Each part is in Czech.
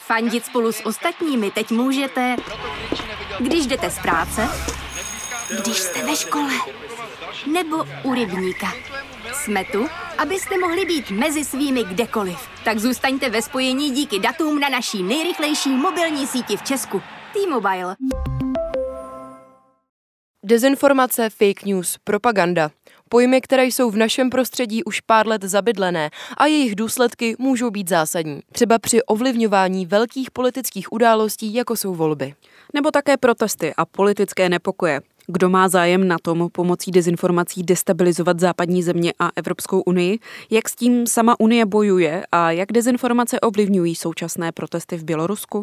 Fandit spolu s ostatními teď můžete, když jdete z práce, když jste ve škole, nebo u rybníka. Jsme tu, abyste mohli být mezi svými kdekoliv. Tak zůstaňte ve spojení díky datům na naší nejrychlejší mobilní síti v Česku. T-Mobile. Dezinformace, fake news, propaganda. Pojmy, které jsou v našem prostředí už pár let zabydlené a jejich důsledky můžou být zásadní. Třeba při ovlivňování velkých politických událostí, jako jsou volby. Nebo také protesty a politické nepokoje. Kdo má zájem na tom pomocí dezinformací destabilizovat západní země a Evropskou unii? Jak s tím sama Unie bojuje a jak dezinformace ovlivňují současné protesty v Bělorusku?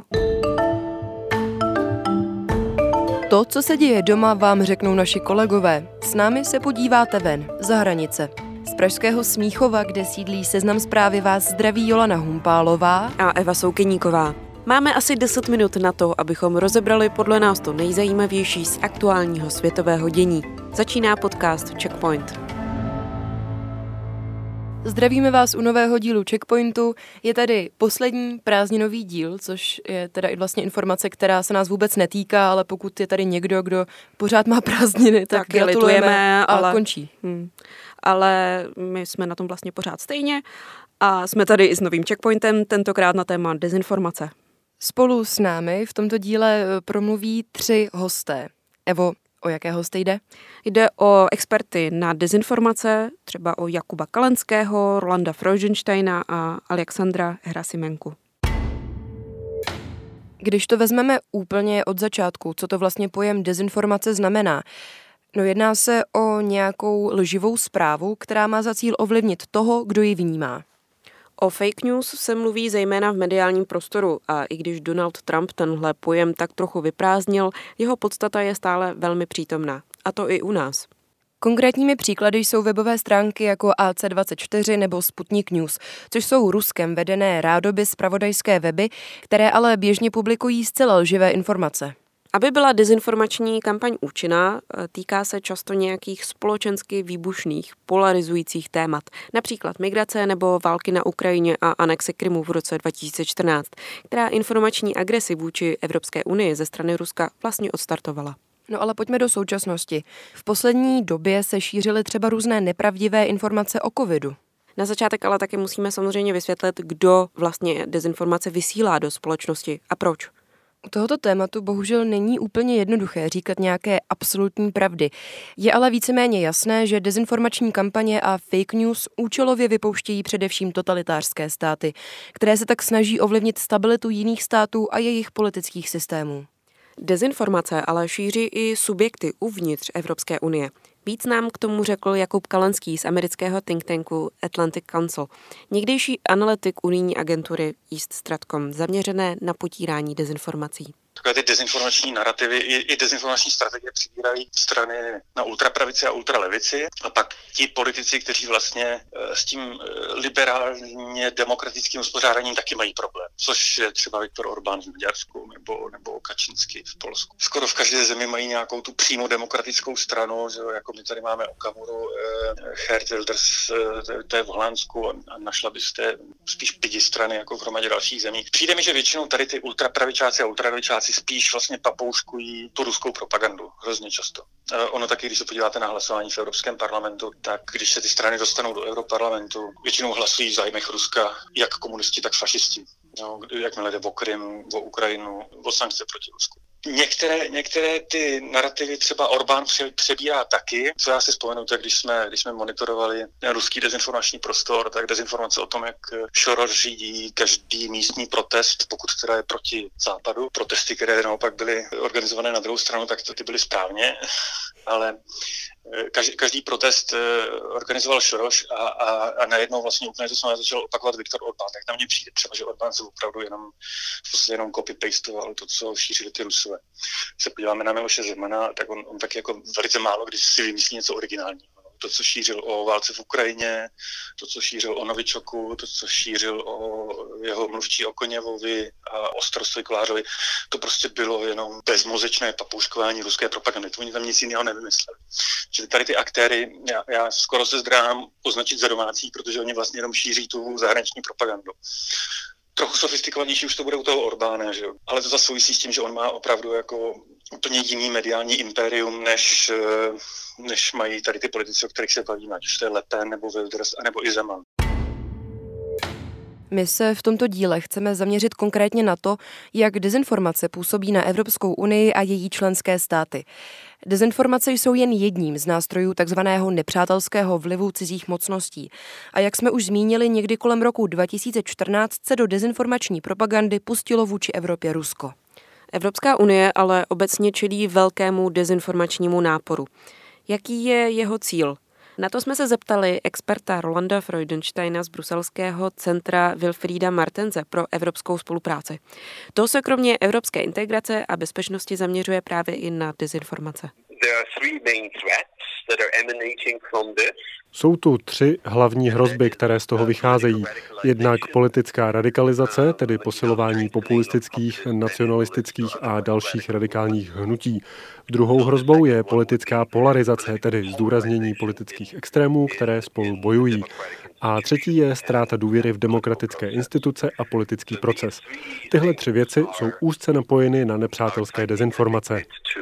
To, co se děje doma, vám řeknou naši kolegové. S námi se podíváte ven, za hranice. Z pražského Smíchova, kde sídlí Seznam Zprávy, vás zdraví Jolana Humpálová a Eva Soukeníková. Máme asi 10 minut na to, abychom rozebrali podle nás to nejzajímavější z aktuálního světového dění. Začíná podcast Checkpoint. Zdravíme vás u nového dílu Checkpointu. Je tady poslední prázdninový díl, což je teda i vlastně informace, která se nás vůbec netýká, ale pokud je tady někdo, kdo pořád má prázdniny, tak gratulujeme, ale končí. Ale my jsme na tom vlastně pořád stejně a jsme tady i s novým Checkpointem, tentokrát na téma dezinformace. Spolu s námi v tomto díle promluví 3 hosté. Evo, o jaké hosty jde? Jde o experty na dezinformace, třeba o Jakuba Kalenského, Rolanda Freudensteina a Alexandra Hrasimenku. Když to vezmeme úplně od začátku, co to vlastně pojem dezinformace znamená? No, jedná se o nějakou lživou zprávu, která má za cíl ovlivnit toho, kdo ji vnímá. O fake news se mluví zejména v mediálním prostoru a i když Donald Trump tenhle pojem tak trochu vyprázdnil, jeho podstata je stále velmi přítomná. A to i u nás. Konkrétními příklady jsou webové stránky jako AC24 nebo Sputnik News, což jsou Ruskem vedené rádoby zpravodajské weby, které ale běžně publikují zcela lživé informace. Aby byla dezinformační kampaň účinná, týká se často nějakých společensky výbušných, polarizujících témat, například migrace nebo války na Ukrajině a anexe Krymu v roce 2014, která informační agresi vůči Evropské unii ze strany Ruska vlastně odstartovala. No ale pojďme do současnosti. V poslední době se šířily třeba různé nepravdivé informace o covidu. Na začátek ale taky musíme samozřejmě vysvětlit, kdo vlastně dezinformace vysílá do společnosti a proč. U tohoto tématu bohužel není úplně jednoduché říkat nějaké absolutní pravdy. Je ale víceméně jasné, že dezinformační kampaně a fake news účelově vypouštějí především totalitářské státy, které se tak snaží ovlivnit stabilitu jiných států a jejich politických systémů. Dezinformace ale šíří i subjekty uvnitř Evropské unie. Víc nám k tomu řekl Jakub Kalenský z amerického think tanku Atlantic Council, někdejší analytik unijní agentury East Stratcom, zaměřené na potírání dezinformací. Takové ty dezinformační narrativy i dezinformační strategie přibírají strany na ultrapravici a ultralevici a pak ti politici, kteří vlastně s tím liberálně demokratickým uspořádáním taky mají problém, což je třeba Viktor Orbán v Maďarsku nebo Kačínský v Polsku. Skoro v každé zemi mají nějakou tu přímo demokratickou stranu, že jako my tady máme Okamuru, Geert Wilders, to je v Holandsku a našla byste spíš 5 strany jako v hromadě dalších zemí. Přijde mi, že většinou tady ty ultrapravičáci a ultralevičáci spíš vlastně papouškují tu ruskou propagandu hrozně často. Ono taky, když se podíváte na hlasování v Evropském parlamentu, tak když se ty strany dostanou do Europarlamentu, většinou hlasují v zájmech Ruska, jak komunisti, tak fašisti. No, jakmile jde o Krym, o Ukrajinu, o sankce proti Rusku. Některé ty narrativy třeba Orbán přebírá taky. Co já si vzpomenu, tak když jsme monitorovali ruský dezinformační prostor, tak dezinformace o tom, jak Soros řídí každý místní protest, pokud teda je proti západu. Protesty, které naopak byly organizované na druhou stranu, tak ty byly správně, ale každý protest organizoval Soros a najednou vlastně úplně to samé začal opakovat Viktor Orbán. Tak na mě přijde třeba, že Orbán se opravdu jenom copy-pastoval to, co šířili ty Rusové. Když se podíváme na Miloše Zemana, tak on taky jako velice málo, když si vymyslí něco originálního. To, co šířil o válce v Ukrajině, to, co šířil o Novičoku, to, co šířil o jeho mluvčí o Koněvovi a o Strostovi Kolářovi, to prostě bylo jenom bezmozečné papouškování ruské propagandy. To oni tam nic jiného nevymysleli. Čili tady ty aktéry, já skoro se zdráhám označit za domácí, protože oni vlastně jenom šíří tu zahraniční propagandu. Trochu sofistikovanější už to bude u toho Orbána, že jo. Ale to zase souvisí s tím, že on má opravdu jako úplně jiný mediální impérium, než mají tady ty politici, o kterých se bavíme, ať už to je Le Pen, nebo Wilders, nebo i Zeman. My se v tomto díle chceme zaměřit konkrétně na to, jak dezinformace působí na Evropskou unii a její členské státy. Dezinformace jsou jen jedním z nástrojů takzvaného nepřátelského vlivu cizích mocností. A jak jsme už zmínili, někdy kolem roku 2014 se do dezinformační propagandy pustilo vůči Evropě Rusko. Evropská unie ale obecně čelí velkému dezinformačnímu náporu. Jaký je jeho cíl? Na to jsme se zeptali experta Rolanda Freudensteina z bruselského centra Wilfrieda Martense pro evropskou spolupráci. To se kromě evropské integrace a bezpečnosti zaměřuje právě i na dezinformace. Jsou tu 3 hlavní hrozby, které z toho vycházejí. Jednak politická radikalizace, tedy posilování populistických, nacionalistických a dalších radikálních hnutí. Druhou hrozbou je politická polarizace, tedy zdůraznění politických extrémů, které spolu bojují. A třetí je ztráta důvěry v demokratické instituce a politický proces. Tyhle 3 věci jsou úzce napojeny na nepřátelské dezinformace.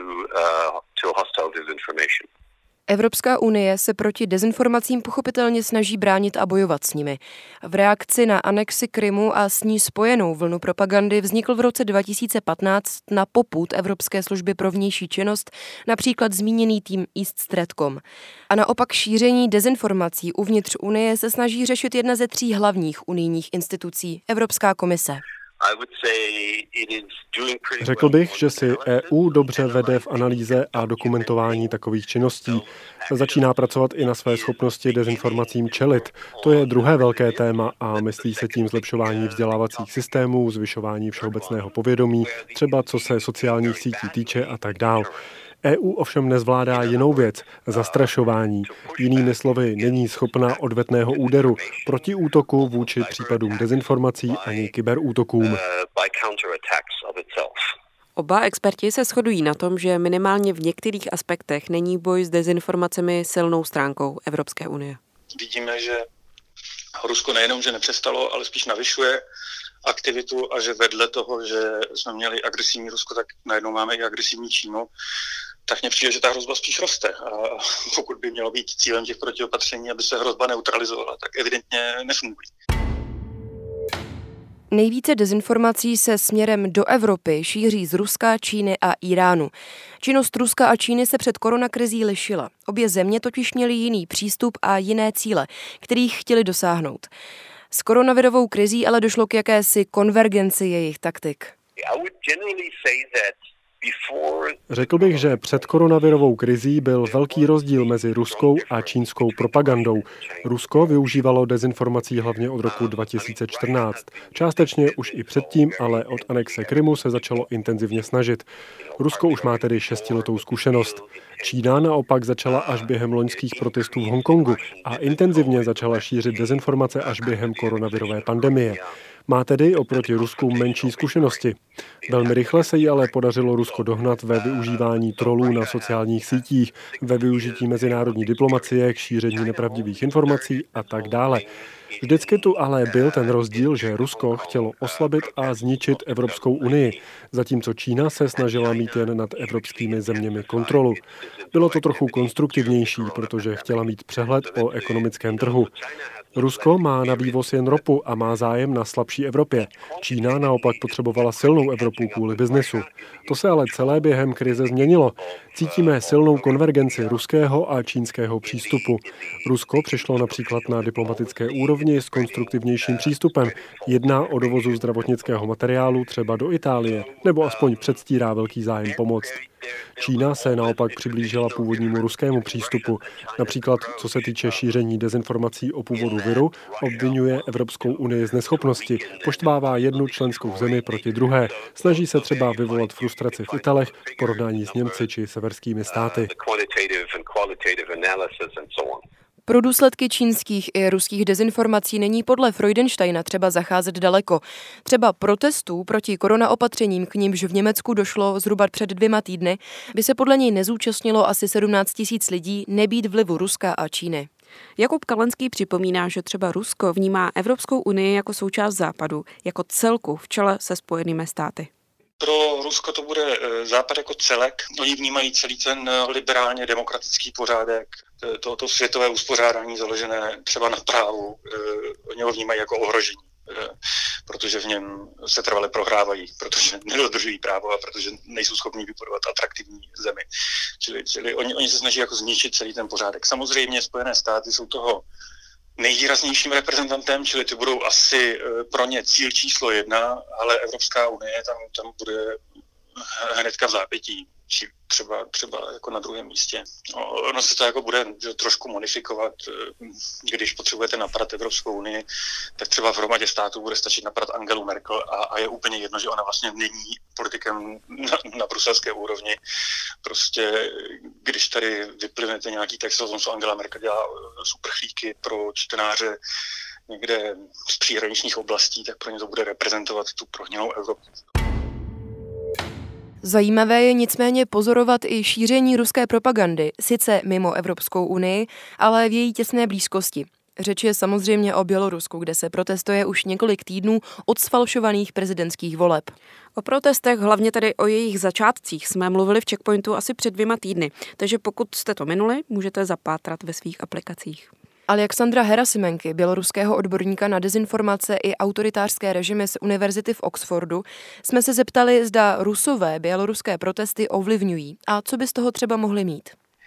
Evropská unie se proti dezinformacím pochopitelně snaží bránit a bojovat s nimi. V reakci na anexi Krymu a s ní spojenou vlnu propagandy vznikl v roce 2015 na popud Evropské služby pro vnější činnost například zmíněný tým East Stratcom. A naopak šíření dezinformací uvnitř Unie se snaží řešit jedna ze 3 hlavních unijních institucí, Evropská komise. Řekl bych, že si EU dobře vede v analýze a dokumentování takových činností. Začíná pracovat i na své schopnosti dezinformacím čelit. To je druhé velké téma a myslí se tím zlepšování vzdělávacích systémů, zvyšování všeobecného povědomí, třeba co se sociálních sítí týče a tak dál. EU ovšem nezvládá jinou věc, zastrašování. Jinými slovy, není schopna odvetného úderu, protiútoku vůči případům dezinformací ani kyberútokům. Oba experti se shodují na tom, že minimálně v některých aspektech není boj s dezinformacemi silnou stránkou Evropské unie. Vidíme, že Rusko nejenom, že nepřestalo, ale spíš navyšuje aktivitu a že vedle toho, že jsme měli agresivní Rusko, tak najednou máme i agresivní Čínu. Tak mně přijde, že ta hrozba spíš roste. A pokud by mělo být cílem těch protiopatření, aby se hrozba neutralizovala, tak evidentně nefungují. Nejvíce dezinformací se směrem do Evropy šíří z Ruska, Číny a Iránu. Činnost Ruska a Číny se před koronakrizí lišila. Obě země totiž měly jiný přístup a jiné cíle, kterých chtěli dosáhnout. S koronavirovou krizí ale došlo k jakési konvergenci jejich taktik. Řekl bych, že před koronavirovou krizí byl velký rozdíl mezi ruskou a čínskou propagandou. Rusko využívalo dezinformací hlavně od roku 2014. Částečně už i předtím, ale od anexe Krymu se začalo intenzivně snažit. Rusko už má tedy 6letou zkušenost. Čína naopak začala až během loňských protestů v Hongkongu a intenzivně začala šířit dezinformace až během koronavirové pandemie. Má tedy oproti Rusku menší zkušenosti. Velmi rychle se jí ale podařilo Rusko dohnat ve využívání trolů na sociálních sítích, ve využití mezinárodní diplomacie k šíření nepravdivých informací a tak dále. Vždycky tu ale byl ten rozdíl, že Rusko chtělo oslabit a zničit Evropskou unii, zatímco Čína se snažila mít jen nad evropskými zeměmi kontrolu. Bylo to trochu konstruktivnější, protože chtěla mít přehled o ekonomickém trhu. Rusko má na vývoz jen ropu a má zájem na slabší Evropě. Čína naopak potřebovala silnou Evropu kvůli biznesu. To se ale celé během krize změnilo. Cítíme silnou konvergenci ruského a čínského přístupu. Rusko přišlo například na diplomatické úrovni s konstruktivnějším přístupem. Jedná o dovozu zdravotnického materiálu třeba do Itálie, nebo aspoň předstírá velký zájem pomoct. Čína se naopak přiblížila původnímu ruskému přístupu. Například, co se týče šíření dezinformací o původu viru, obvinuje Evropskou unii z neschopnosti, poštvává jednu členskou zemi proti druhé. Snaží se třeba vyvolat frustraci v Italech v porovnání s Němci či severskými státy. Pro důsledky čínských i ruských dezinformací není podle Freudensteina třeba zacházet daleko. Třeba protestů proti koronaopatřením, k nimž v Německu došlo zhruba před 2 týdny, by se podle něj nezúčastnilo asi 17 000 lidí nebýt vlivu Ruska a Číny. Jakub Kalenský připomíná, že třeba Rusko vnímá Evropskou unii jako součást Západu, jako celku v čele se Spojenými státy. Pro Rusko to bude Západ jako celek. Oni vnímají celý ten liberálně demokratický pořádek, to světové uspořádání založené třeba na právu. Oni ho vnímají jako ohrožení, protože v něm se trvale prohrávají, protože nedodržují právo a protože nejsou schopni vybudovat atraktivní zemi. Čili oni se snaží jako zničit celý ten pořádek. Samozřejmě Spojené státy jsou toho nejvýraznějším reprezentantem, čili ty budou asi pro ně cíl číslo 1, ale Evropská unie tam bude hnedka v zápětí, či třeba jako na druhém místě. Ono se to jako bude trošku modifikovat, když potřebujete napadat Evropskou unii, tak třeba v hromadě států bude stačit napadat Angelu Merkel a je úplně jedno, že ona vlastně není politikem na bruselské úrovni. Prostě když tady vyplivnete nějaký text o tom, co Angela Merkel dělá superchlíky pro čtenáře někde z příhraničních oblastí, tak pro ně to bude reprezentovat tu prohnilou Evropu. Zajímavé je nicméně pozorovat i šíření ruské propagandy, sice mimo Evropskou unii, ale v její těsné blízkosti. Řeč je samozřejmě o Bělorusku, kde se protestuje už několik týdnů od sfalšovaných prezidentských voleb. O protestech, hlavně tedy o jejich začátcích, jsme mluvili v Checkpointu asi před 2 týdny, takže pokud jste to minuli, můžete zapátrat ve svých aplikacích. Alexandra Herasimenky, běloruského odborníka na dezinformace i autoritářské režimy z univerzity v Oxfordu, jsme se zeptali, zda Rusové běloruské protesty ovlivňují a co by z toho třeba mohli mít.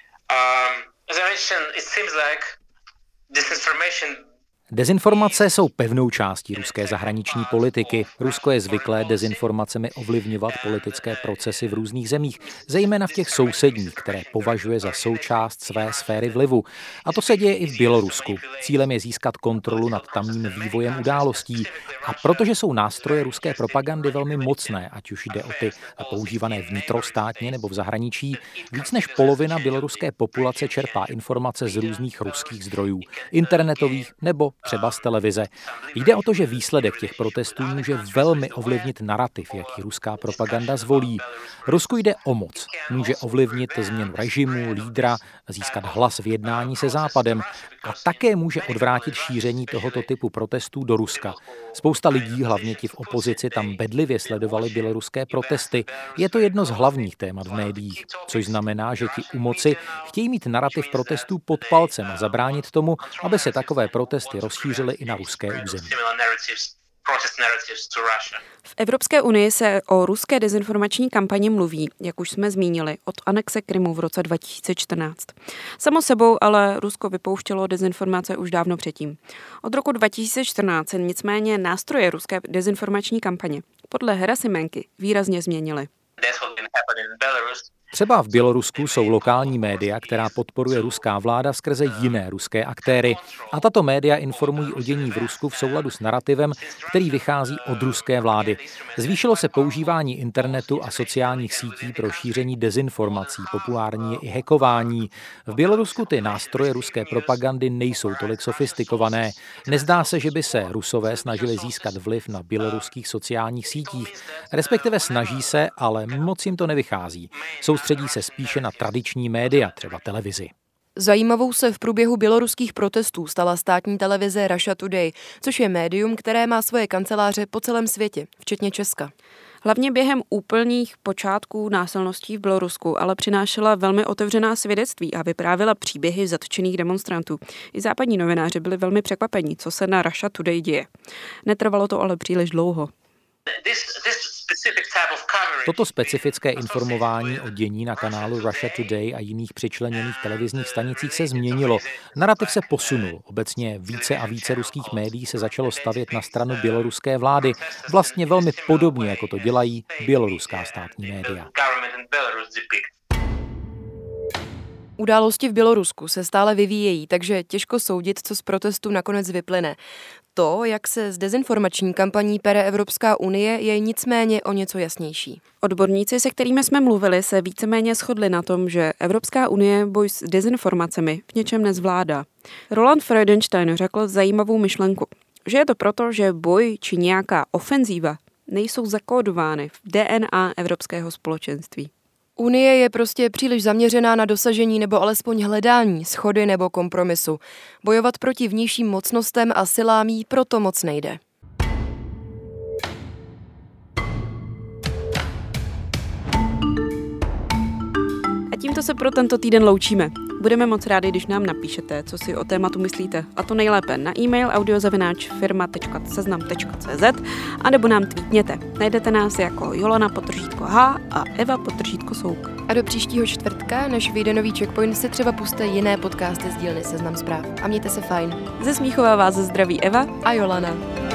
Dezinformace jsou pevnou částí ruské zahraniční politiky. Rusko je zvyklé dezinformacemi ovlivňovat politické procesy v různých zemích, zejména v těch sousedních, které považuje za součást své sféry vlivu. A to se děje i v Bělorusku. Cílem je získat kontrolu nad tamním vývojem událostí. A protože jsou nástroje ruské propagandy velmi mocné, ať už jde o ty používané vnitrostátně nebo v zahraničí, víc než polovina běloruské populace čerpá informace z různých ruských zdrojů, internetových nebo třeba z televize. Jde o to, že výsledek těch protestů může velmi ovlivnit narativ, jaký ruská propaganda zvolí. Rusku jde o moc. Může ovlivnit změnu režimu, lídra, získat hlas v jednání se Západem a také může odvrátit šíření tohoto typu protestů do Ruska. Spousta lidí, hlavně ti v opozici, tam bedlivě sledovali běloruské protesty. Je to jedno z hlavních témat v médiích, což znamená, že ti u moci chtějí mít narativ protestů pod palcem a zabránit tomu, aby se takové protesty rozšířily i na ruské území. V Evropské unii se o ruské dezinformační kampani mluví, jak už jsme zmínili, od anexe Krymu v roce 2014. Samo sebou ale Rusko vypouštělo dezinformace už dávno předtím. Od roku 2014 se nicméně nástroje ruské dezinformační kampaně podle Herasimenky výrazně změnily. Třeba v Bělorusku jsou lokální média, která podporuje ruská vláda skrze jiné ruské aktéry. A tato média informují o dění v Rusku v souladu s narativem, který vychází od ruské vlády. Zvýšilo se používání internetu a sociálních sítí pro šíření dezinformací, populární je i hackování. V Bělorusku ty nástroje ruské propagandy nejsou tolik sofistikované. Nezdá se, že by se Rusové snažili získat vliv na běloruských sociálních sítích, respektive snaží se, ale moc jim to nevychází. Soustředí se spíše na tradiční média, třeba televizi. Zajímavou se v průběhu běloruských protestů stala státní televize Russia Today, což je médium, které má svoje kanceláře po celém světě, včetně Česka. Hlavně během úplných počátků násilností v Bělorusku ale přinášela velmi otevřená svědectví a vyprávěla příběhy zatčených demonstrantů. I západní novináři byli velmi překvapení, co se na Russia Today děje. Netrvalo to ale příliš dlouho. Toto specifické informování o dění na kanálu Russia Today a jiných přičleněných televizních stanicích se změnilo. Narativ se posunul. Obecně více a více ruských médií se začalo stavět na stranu běloruské vlády, vlastně velmi podobně, jako to dělají běloruská státní média. Události v Bělorusku se stále vyvíjejí, takže těžko soudit, co z protestu nakonec vyplyne. To, jak se s dezinformační kampaní pere Evropská unie, je nicméně o něco jasnější. Odborníci, se kterými jsme mluvili, se víceméně shodli na tom, že Evropská unie boj s dezinformacemi v něčem nezvládá. Roland Freudenstein řekl zajímavou myšlenku, že je to proto, že boj či nějaká ofenzíva nejsou zakódovány v DNA Evropského společenství. Unie je prostě příliš zaměřená na dosažení nebo alespoň hledání shody nebo kompromisu. Bojovat proti vnějším mocnostem a silám jí proto moc nejde. A tímto se pro tento týden loučíme. Budeme moc rádi, když nám napíšete, co si o tématu myslíte. A to nejlépe na e-mail audio@firma.seznam.cz a nebo nám tweetněte. Najdete nás jako Jolana_H a Eva_Souk. A do příštího čtvrtka, než vyjde nový Checkpoint, si třeba puste jiné podcasty z dílny Seznam Zpráv. A mějte se fajn. Ze Smíchova vás zdraví Eva a Jolana.